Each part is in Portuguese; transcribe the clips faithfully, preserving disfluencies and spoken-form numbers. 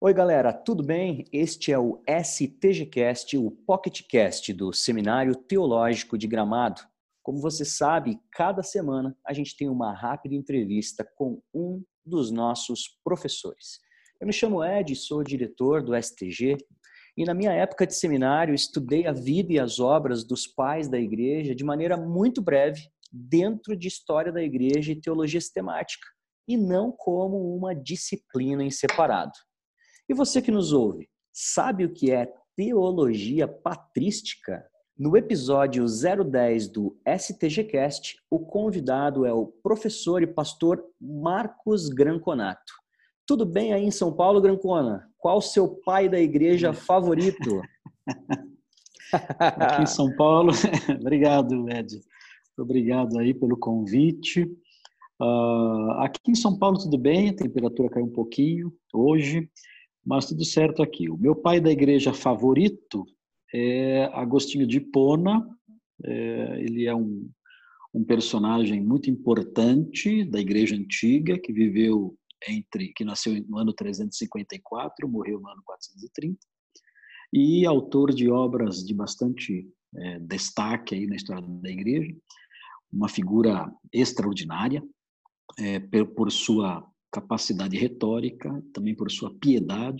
Oi, galera, tudo bem? Este é o S T G Cast, o PocketCast do Seminário Teológico de Gramado. Como você sabe, cada semana a gente tem uma rápida entrevista com um dos nossos professores. Eu me chamo Ed, sou diretor do S T G e na minha época de seminário estudei a vida e as obras dos pais da igreja de maneira muito breve dentro de história da igreja e teologia sistemática e não como uma disciplina em separado. E você que nos ouve, sabe o que é teologia patrística? No episódio zero dez do S T G Cast, o convidado é o professor e pastor Marcos Granconato. Tudo bem aí em São Paulo, Grancona? Qual o seu pai da igreja favorito? Aqui em São Paulo, obrigado, Ed. Obrigado aí pelo convite. Uh, aqui em São Paulo tudo bem, a temperatura caiu um pouquinho hoje, mas tudo certo aqui. O meu pai da igreja favorito é Agostinho de Hipona. É, ele é um, um personagem muito importante da igreja antiga, que viveu entre, que nasceu no ano trezentos e cinquenta e quatro, morreu no ano quatrocentos e trinta, e autor de obras de bastante é, destaque aí na história da igreja, uma figura extraordinária, é, por sua capacidade retórica, também por sua piedade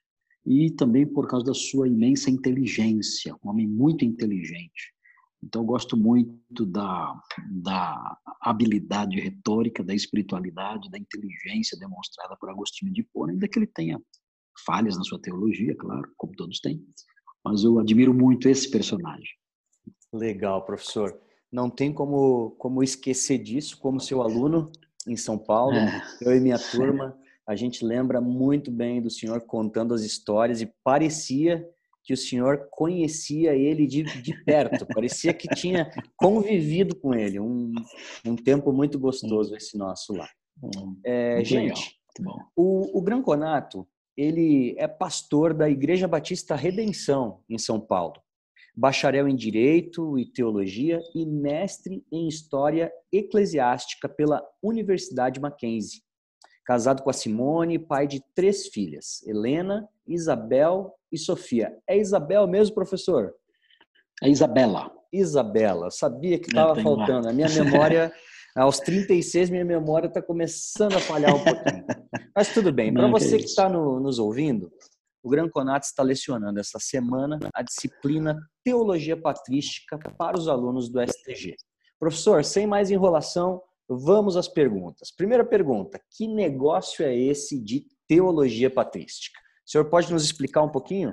e também por causa da sua imensa inteligência, um homem muito inteligente. Então, eu gosto muito da, da habilidade retórica, da espiritualidade, da inteligência demonstrada por Agostinho de Hipona, ainda que ele tenha falhas na sua teologia, claro, como todos têm, mas eu admiro muito esse personagem. Legal, professor. Não tem como, como esquecer disso, como seu aluno em São Paulo, É. eu e minha turma, a gente lembra muito bem do senhor contando as histórias e parecia que o senhor conhecia ele de, de perto, parecia que tinha convivido com ele, um, um tempo muito gostoso esse nosso lá. É, muito gente, legal. Muito bom. O, o Granconato, ele é pastor da Igreja Batista Redenção, em São Paulo. Bacharel em Direito e Teologia e mestre em História Eclesiástica pela Universidade Mackenzie. Casado com a Simone, pai de três filhas, Helena, Isabel e Sofia. É Isabel mesmo, professor? É Isabela. Isabela, sabia que estava faltando. A minha memória, aos trinta e seis, minha memória está começando a falhar um pouquinho. Mas tudo bem, para você que está no, nos ouvindo, o Granconato está lecionando essa semana a disciplina Teologia Patrística para os alunos do S T G. Professor, sem mais enrolação, vamos às perguntas. Primeira pergunta, que negócio é esse de teologia patrística? O senhor pode nos explicar um pouquinho?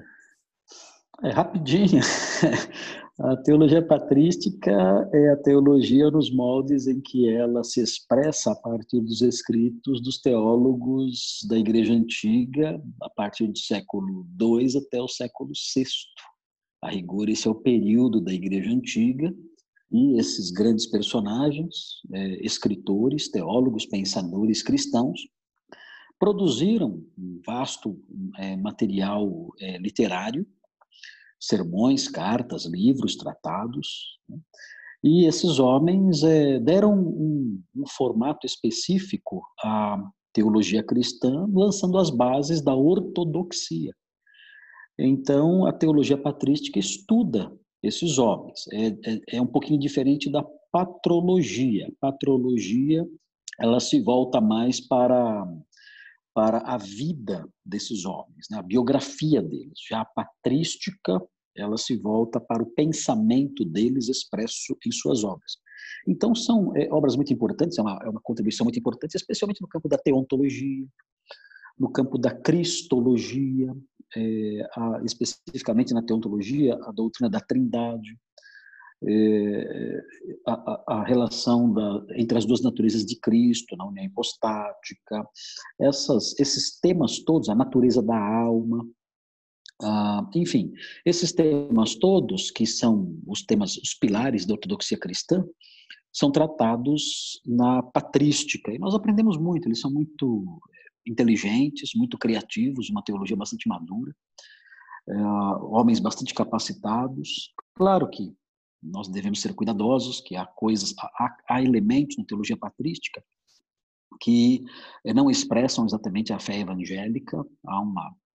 É rapidinho. A teologia patrística é a teologia nos moldes em que ela se expressa a partir dos escritos dos teólogos da Igreja Antiga, a partir do século dois até o século sexto. A rigor, esse é o período da Igreja Antiga, e esses grandes personagens, é, escritores, teólogos, pensadores cristãos, produziram um vasto é, material é, literário, sermões, cartas, livros, tratados, né? E esses homens é, deram um, um formato específico à teologia cristã, lançando as bases da ortodoxia. Então, a teologia patrística estuda esses homens. É, é, é um pouquinho diferente da patrologia. Patrologia, ela se volta mais para, para a vida desses homens, né? A biografia deles. Já a patrística, ela se volta para o pensamento deles expresso em suas obras. Então, são é, obras muito importantes, é uma, é uma contribuição muito importante, especialmente no campo da teontologia, no campo da cristologia, é, a, especificamente na teontologia, a doutrina da trindade, é, a, a, relação da, entre as duas naturezas de Cristo, na união hipostática, essas, esses temas todos, a natureza da alma, ah, enfim, esses temas todos, que são os temas, os pilares da ortodoxia cristã, são tratados na patrística, e nós aprendemos muito, eles são muito inteligentes, muito criativos, uma teologia bastante madura, é, homens bastante capacitados. Claro que nós devemos ser cuidadosos, que há coisas, há, há elementos na teologia patrística que não expressam exatamente a fé evangélica, há uma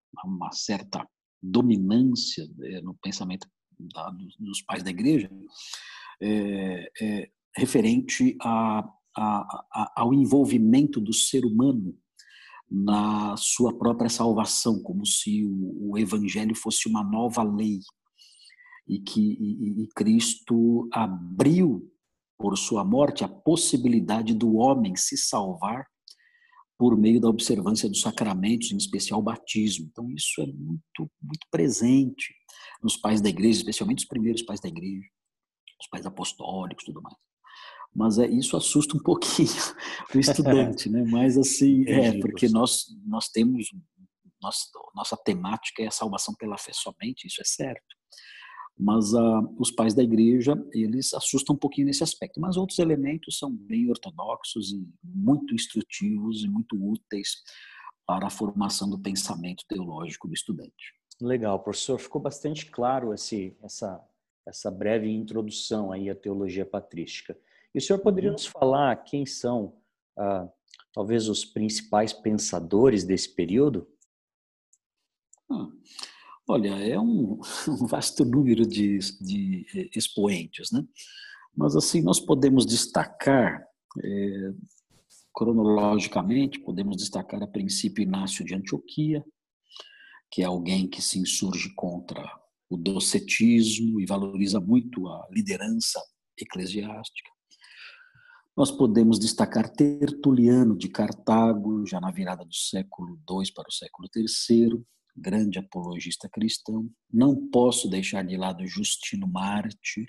uma certa dominância é, no pensamento da, dos, dos pais da igreja, é, é, referente a, a, a, ao envolvimento do ser humano na sua própria salvação, como se o, o evangelho fosse uma nova lei e que e, e Cristo abriu por sua morte a possibilidade do homem se salvar por meio da observância dos sacramentos, em especial o batismo. Então isso é muito muito presente nos pais da igreja, especialmente os primeiros pais da igreja, os pais apostólicos, tudo mais. Mas é, isso assusta um pouquinho o estudante, né? Mas assim, é, Entendi, porque professor. nós, nós temos, nossa, nossa temática é a salvação pela fé somente, isso é certo. Mas ah, os pais da igreja, eles assustam um pouquinho nesse aspecto. Mas outros elementos são bem ortodoxos e muito instrutivos e muito úteis para a formação do pensamento teológico do estudante. Legal, professor. Ficou bastante claro esse, essa, essa breve introdução aí à teologia patrística. E o senhor poderia Uhum. nos falar quem são, ah, talvez, os principais pensadores desse período? Ah, olha, é um, um vasto número de, de expoentes, né? Mas assim, nós podemos destacar, é, cronologicamente, podemos destacar a princípio Inácio de Antioquia, que é alguém que se insurge contra o docetismo e valoriza muito a liderança eclesiástica. Nós podemos destacar Tertuliano de Cartago, já na virada do século dois para o século terceiro, grande apologista cristão. Não posso deixar de lado Justino Mártir,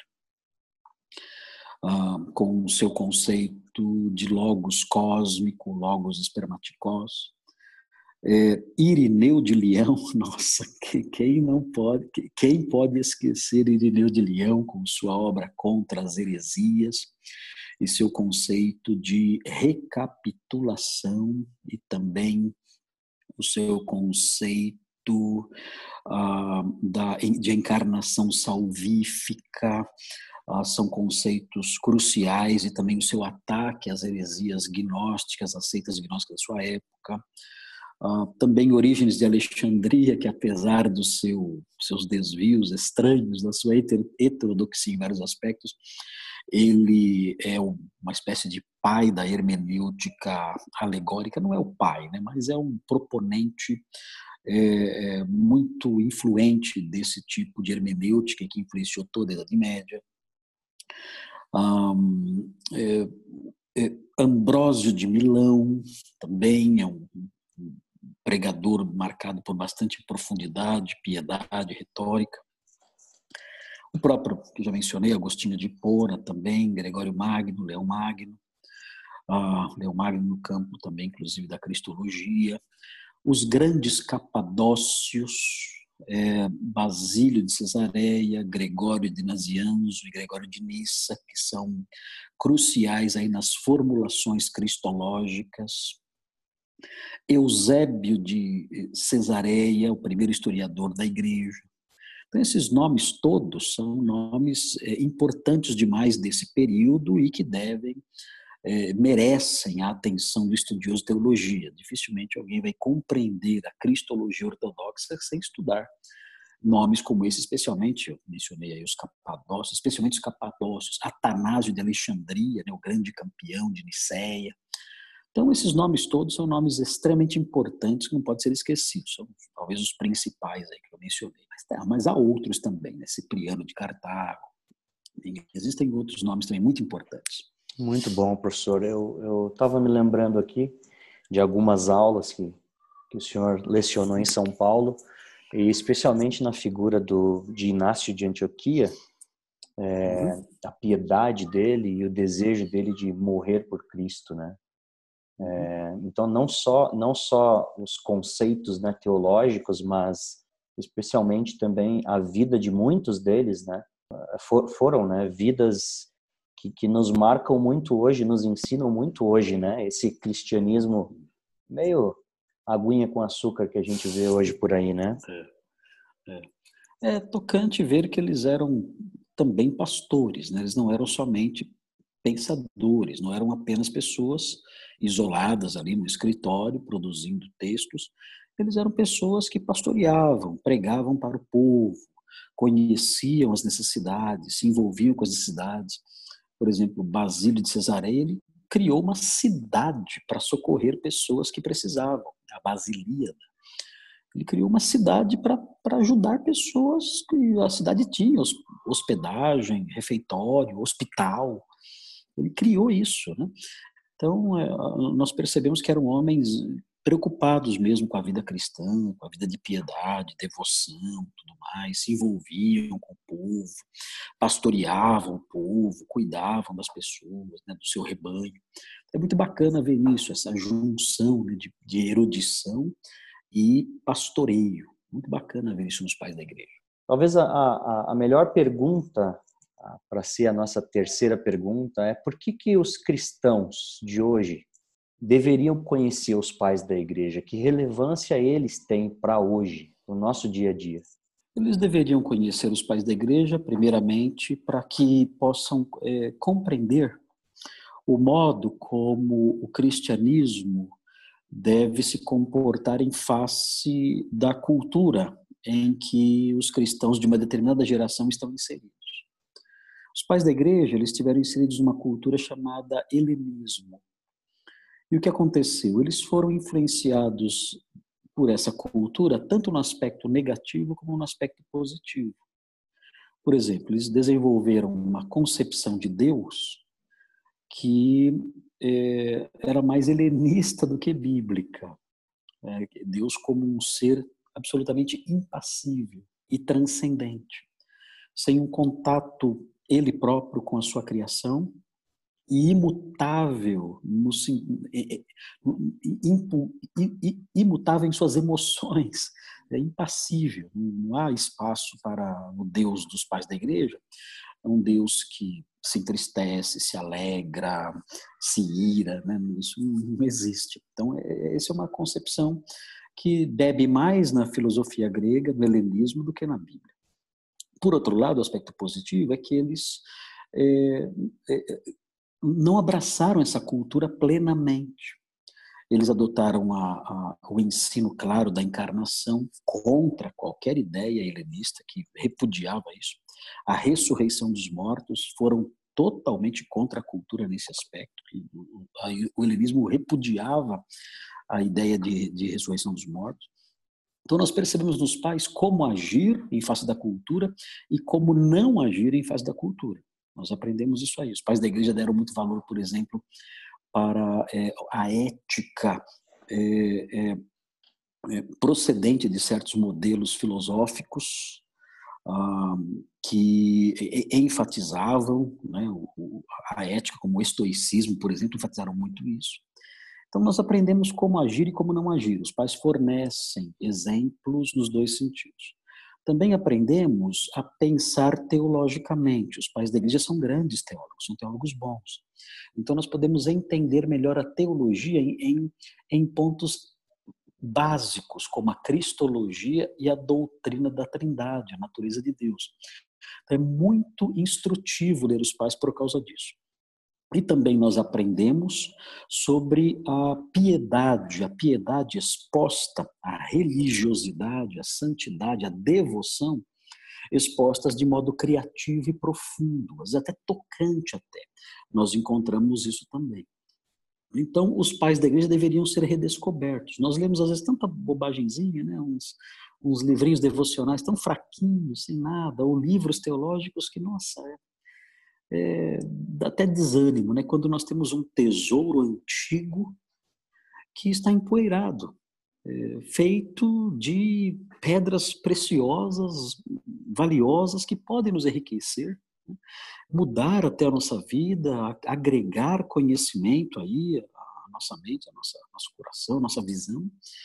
ah, com o seu conceito de logos cósmico, logos espermaticós. É, Irineu de Leão, nossa, quem não pode, quem pode esquecer Irineu de Leão com sua obra Contra as Heresias e seu conceito de recapitulação e também o seu conceito ah, da, de encarnação salvífica, ah, são conceitos cruciais, e também o seu ataque às heresias gnósticas, às seitas gnósticas da sua época. Uh, também Orígenes de Alexandria, que apesar dos seu, seus desvios estranhos, da sua heterodoxia em vários aspectos, ele é uma espécie de pai da hermenêutica alegórica, não é o pai, né, mas é um proponente é, é, muito influente desse tipo de hermenêutica que influenciou toda a Idade Média. Um, é, é, Ambrósio de Milão também é um pregador marcado por bastante profundidade, piedade, retórica. O próprio, que já mencionei, Agostinho de Hipona também, Gregório Magno, Leão Magno, uh, Leão Magno no campo também, inclusive, da cristologia. Os grandes capadócios, é, Basílio de Cesareia, Gregório de Nazianzo e Gregório de Nissa, que são cruciais aí nas formulações cristológicas. Eusébio de Cesareia, o primeiro historiador da igreja. Então, esses nomes todos são nomes é, importantes demais desse período e que devem, é, merecem a atenção do estudioso de teologia. Dificilmente alguém vai compreender a cristologia ortodoxa sem estudar nomes como esse, especialmente, eu mencionei aí os capadócios, especialmente os capadócios, Atanásio de Alexandria, né, o grande campeão de Niceia. Então, esses nomes todos são nomes extremamente importantes que não podem ser esquecidos. São talvez os principais aí que eu mencionei. Mas, tá, mas há outros também, né? Cipriano de Cartago. E existem outros nomes também muito importantes. Muito bom, professor. Eu estava me lembrando aqui de algumas aulas que, que o senhor lecionou em São Paulo, e especialmente na figura do, de Inácio de Antioquia, é, uhum. a piedade dele e o desejo dele de morrer por Cristo, né? É, então, não só, não só os conceitos, né, teológicos, mas especialmente também a vida de muitos deles, né, for, foram, né, vidas que, que nos marcam muito hoje, nos ensinam muito hoje, né, esse cristianismo meio aguinha com açúcar que a gente vê hoje por aí, né? É, é. é tocante ver que eles eram também pastores, né? Eles não eram somente pensadores, não eram apenas pessoas isoladas ali no escritório, produzindo textos. Eles eram pessoas que pastoreavam, pregavam para o povo, conheciam as necessidades, se envolviam com as necessidades. Por exemplo, Basílio de Cesareia, ele criou uma cidade para socorrer pessoas que precisavam, a Basilíada. Ele criou uma cidade para ajudar pessoas que a cidade tinha, hospedagem, refeitório, hospital. Ele criou isso, né? Então, nós percebemos que eram homens preocupados mesmo com a vida cristã, com a vida de piedade, devoção, tudo mais, se envolviam com o povo, pastoreavam o povo, cuidavam das pessoas, né, do seu rebanho. É muito bacana ver isso, essa junção, né, de, de erudição e pastoreio. Muito bacana ver isso nos pais da igreja. Talvez a, a, a melhor pergunta, para ser a nossa terceira pergunta, é por que, que os cristãos de hoje deveriam conhecer os pais da igreja? Que relevância eles têm para hoje, no nosso dia a dia? Eles deveriam conhecer os pais da igreja, primeiramente, para que possam é, compreender o modo como o cristianismo deve se comportar em face da cultura em que os cristãos de uma determinada geração estão inseridos. Os pais da igreja, eles estiveram inseridos numa cultura chamada helenismo. E o que aconteceu? Eles foram influenciados por essa cultura, tanto no aspecto negativo como no aspecto positivo. Por exemplo, eles desenvolveram uma concepção de Deus que é, era mais helenista do que bíblica. É, Deus como um ser absolutamente impassível e transcendente, sem um contato ele próprio com a sua criação, e imutável, no, imutável em suas emoções, é impassível. Não há espaço para o Deus dos pais da igreja. É um Deus que se entristece, se alegra, se ira, né? Isso não existe. Então, essa é uma concepção que bebe mais na filosofia grega, no helenismo, do que na Bíblia. Por outro lado, o aspecto positivo é que eles é, é, não abraçaram essa cultura plenamente. Eles adotaram a, a, o ensino claro da encarnação contra qualquer ideia helenista que repudiava isso. A ressurreição dos mortos, foram totalmente contra a cultura nesse aspecto. O, o helenismo repudiava a ideia de, de ressurreição dos mortos. Então nós percebemos nos pais como agir em face da cultura e como não agir em face da cultura. Nós aprendemos isso aí. Os pais da igreja deram muito valor, por exemplo, para é, a ética é, é, é, procedente de certos modelos filosóficos ah, que enfatizavam, né, o, a ética, como o estoicismo, por exemplo, enfatizaram muito isso. Então nós aprendemos como agir e como não agir. Os pais fornecem exemplos nos dois sentidos. Também aprendemos a pensar teologicamente. Os pais da igreja são grandes teólogos, são teólogos bons. Então nós podemos entender melhor a teologia em, em, em pontos básicos, como a cristologia e a doutrina da Trindade, a natureza de Deus. Então é muito instrutivo ler os pais por causa disso. E também nós aprendemos sobre a piedade, a piedade exposta, a religiosidade, a santidade, a devoção, expostas de modo criativo e profundo, mas até tocante até. Nós encontramos isso também. Então, os pais da igreja deveriam ser redescobertos. Nós lemos, às vezes, tanta bobagenzinha, né? uns, uns livrinhos devocionais tão fraquinhos, sem nada, ou livros teológicos que, nossa, é É, dá até desânimo, né? Quando nós temos um tesouro antigo que está empoeirado, é, feito de pedras preciosas, valiosas, que podem nos enriquecer, né? Mudar até a nossa vida, agregar conhecimento aí, a nossa mente, a nossa, nosso coração, a nossa visão,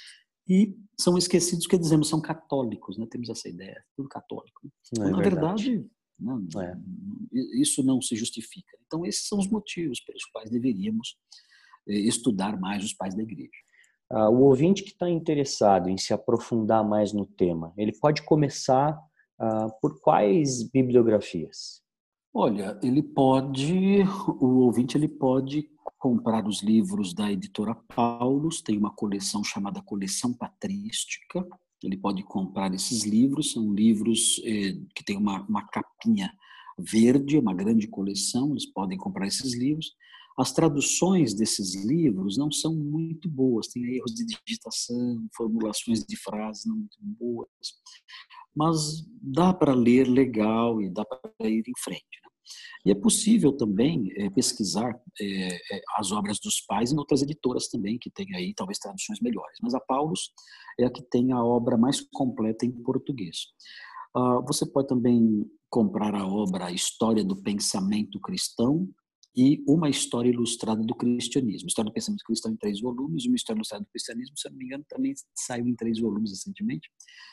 e são esquecidos que dizemos são católicos, né? Temos essa ideia, tudo católico. Né? É Na verdade. verdade, não, É. isso não se justifica. Então, esses são os motivos pelos quais deveríamos estudar mais os pais da igreja. Ah, o ouvinte que está interessado em se aprofundar mais no tema, ele pode começar ah, por quais bibliografias? Olha, ele pode, o ouvinte ele pode comprar os livros da editora Paulus, tem uma coleção chamada Coleção Patrística. Ele pode comprar esses livros, são livros eh, que têm uma, uma capinha verde, uma grande coleção, eles podem comprar esses livros. As traduções desses livros não são muito boas, tem erros de digitação, formulações de frases não muito boas, mas dá para ler legal e dá para ir em frente, né? E é possível também é, pesquisar é, as obras dos pais em outras editoras também, que tem aí talvez traduções melhores, mas a Paulus é a que tem a obra mais completa em português. Uh, você pode também comprar a obra História do Pensamento Cristão, e uma história ilustrada do cristianismo. História do pensamento cristão em três volumes, e uma história ilustrada do cristianismo, se eu não me engano, também saiu em três volumes recentemente.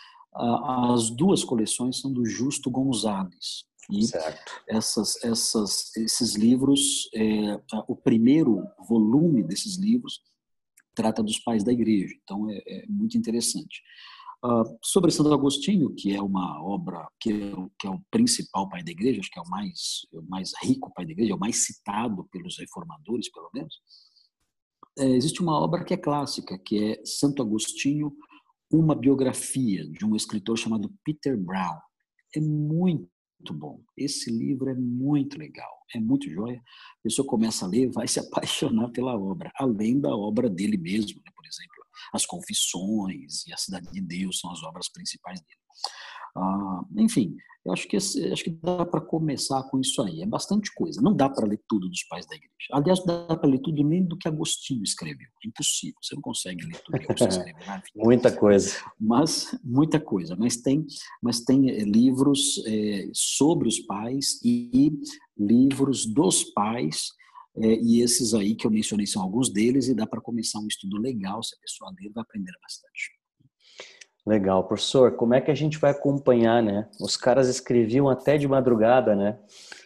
As duas coleções são do Justo Gonzalez. E certo. Essas, essas, esses livros, é, o primeiro volume desses livros trata dos pais da igreja, então é, é muito interessante. Uh, sobre Santo Agostinho, que é uma obra que é, que é o principal pai da igreja, acho que é o mais, é o mais rico pai da igreja, é o mais citado pelos reformadores, pelo menos, é, existe uma obra que é clássica, que é Santo Agostinho, uma biografia de um escritor chamado Peter Brown. É muito bom. Esse livro é muito legal, é muito joia. A pessoa começa a ler, vai se apaixonar pela obra, além da obra dele mesmo, né? Por exemplo, As Confissões e A Cidade de Deus são as obras principais dele. Ah, enfim, eu acho que, acho que dá para começar com isso aí. É bastante coisa. Não dá para ler tudo dos pais da igreja. Aliás, não dá para ler tudo nem do que Agostinho escreveu. É impossível. Você não consegue ler tudo que Agostinho escreveu na vida. Muita coisa. Mas, muita coisa. Mas tem, mas tem é, livros é, sobre os pais e livros dos pais. É, e esses aí que eu mencionei são alguns deles, e dá para começar um estudo legal. Se a pessoa ler, vai aprender bastante. Legal, professor. Como é que a gente vai acompanhar, né? Os caras escreviam até de madrugada, né?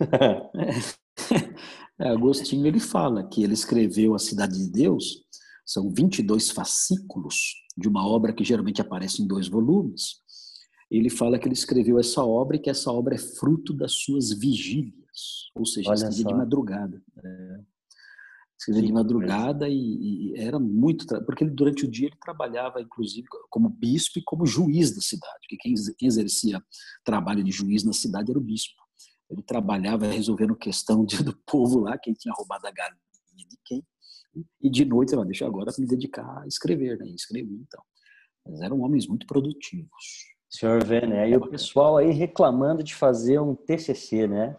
é, Agostinho, ele fala que ele escreveu A Cidade de Deus, são vinte e dois fascículos de uma obra que geralmente aparece em dois volumes. Ele fala que ele escreveu essa obra e que essa obra é fruto das suas vigílias, ou seja, Olha escrevia só. de madrugada. É. Escrevia de madrugada e, e era muito... Porque ele, durante o dia ele trabalhava, inclusive, como bispo e como juiz da cidade, porque quem, quem exercia trabalho de juiz na cidade era o bispo. Ele trabalhava resolvendo questão de, do povo lá, quem tinha roubado a galinha de quem, e de noite, ela deixa agora me dedicar a escrever, né? E escrevi, então. Mas eram homens muito produtivos. O senhor vê, né? E o pessoal aí reclamando de fazer um T C C, né?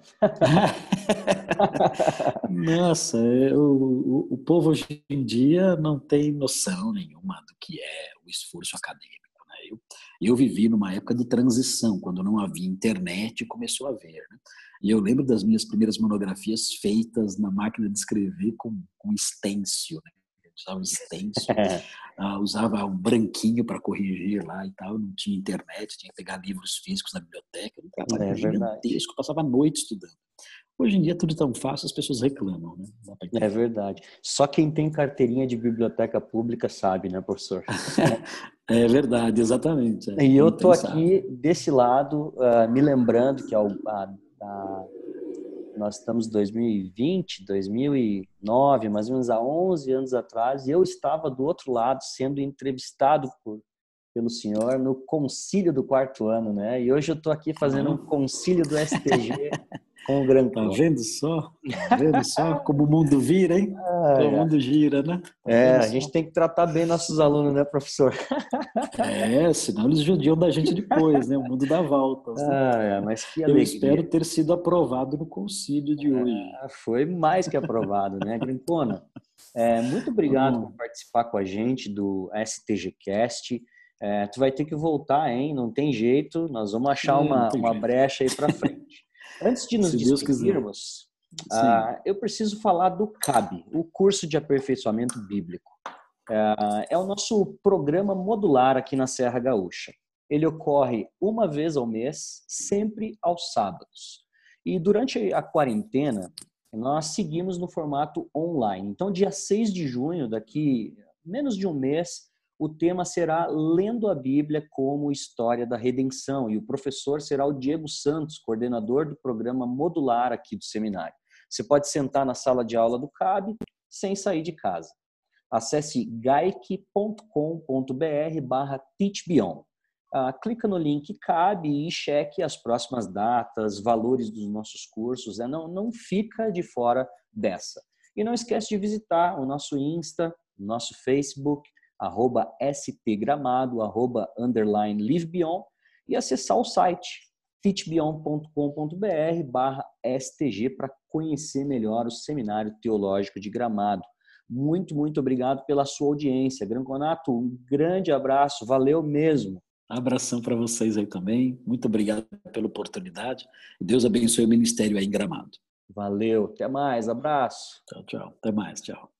Nossa, o, o, o povo hoje em dia não tem noção nenhuma do que é o esforço acadêmico, né? Eu, eu vivi numa época de transição, quando não havia internet e começou a haver, né? E eu lembro das minhas primeiras monografias feitas na máquina de escrever com, com stencil, né? Usava stencil, uh, usava um branquinho para corrigir lá e tal, não tinha internet, tinha que pegar livros físicos na biblioteca, um trabalho É gigantesco, passava a noite estudando. Hoje em dia tudo tão fácil, as pessoas reclamam, né? É verdade. Só quem tem carteirinha de biblioteca pública sabe, né, professor? É verdade, exatamente. É. E eu Quem tô tem, sabe. aqui desse lado, uh, me lembrando que a, a, a nós estamos em dois mil e vinte, dois mil e nove, mais ou menos há onze anos atrás, e eu estava do outro lado sendo entrevistado por, pelo senhor no concílio do quarto ano, né? E hoje eu estou aqui fazendo um concílio do S T G com o Tá Grancon. vendo só? Tá vendo só como o mundo vira, hein? Ah, O mundo gira, né? Tá é, a só? gente tem que tratar bem nossos alunos, né, professor? É, senão eles judiam da gente depois, né? O mundo dá voltas, né? Ah, é, mas que Eu espero alegria. ter sido aprovado no concílio de hoje. Ah, foi mais que aprovado, né, Grancona? É, muito obrigado por Bom, participar com a gente do S T G Cast. É, tu vai ter que voltar, hein? Não tem jeito. Nós vamos achar é, não uma, tem uma jeito. brecha aí para frente. Antes de nos Se Deus quiser. despedirmos, Sim. ah, eu preciso falar do C A B, o Curso de Aperfeiçoamento Bíblico. Ah, é o nosso programa modular aqui na Serra Gaúcha. Ele ocorre uma vez ao mês, sempre aos sábados. E durante a quarentena, nós seguimos no formato online. Então, dia seis de junho, daqui menos de um mês, o tema será Lendo a Bíblia como História da Redenção. E o professor será o Diego Santos, coordenador do programa modular aqui do seminário. Você pode sentar na sala de aula do C A B sem sair de casa. Acesse gaic ponto com ponto br barra teachbeyond. Ah, clica no link cabe e cheque as próximas datas, valores dos nossos cursos. Né? Não, não fica de fora dessa. E não esquece de visitar o nosso Insta, o nosso Facebook, arroba stgramado, arroba underline livebeyond, e acessar o site teachbeyond ponto com ponto br barra stg para conhecer melhor o Seminário Teológico de Gramado. Muito, muito obrigado pela sua audiência. Granconato, um grande abraço, valeu mesmo. Abração para vocês aí também. Muito obrigado pela oportunidade. Deus abençoe o ministério aí em Gramado. Valeu, até mais, abraço. Tchau, tchau. Até mais, tchau.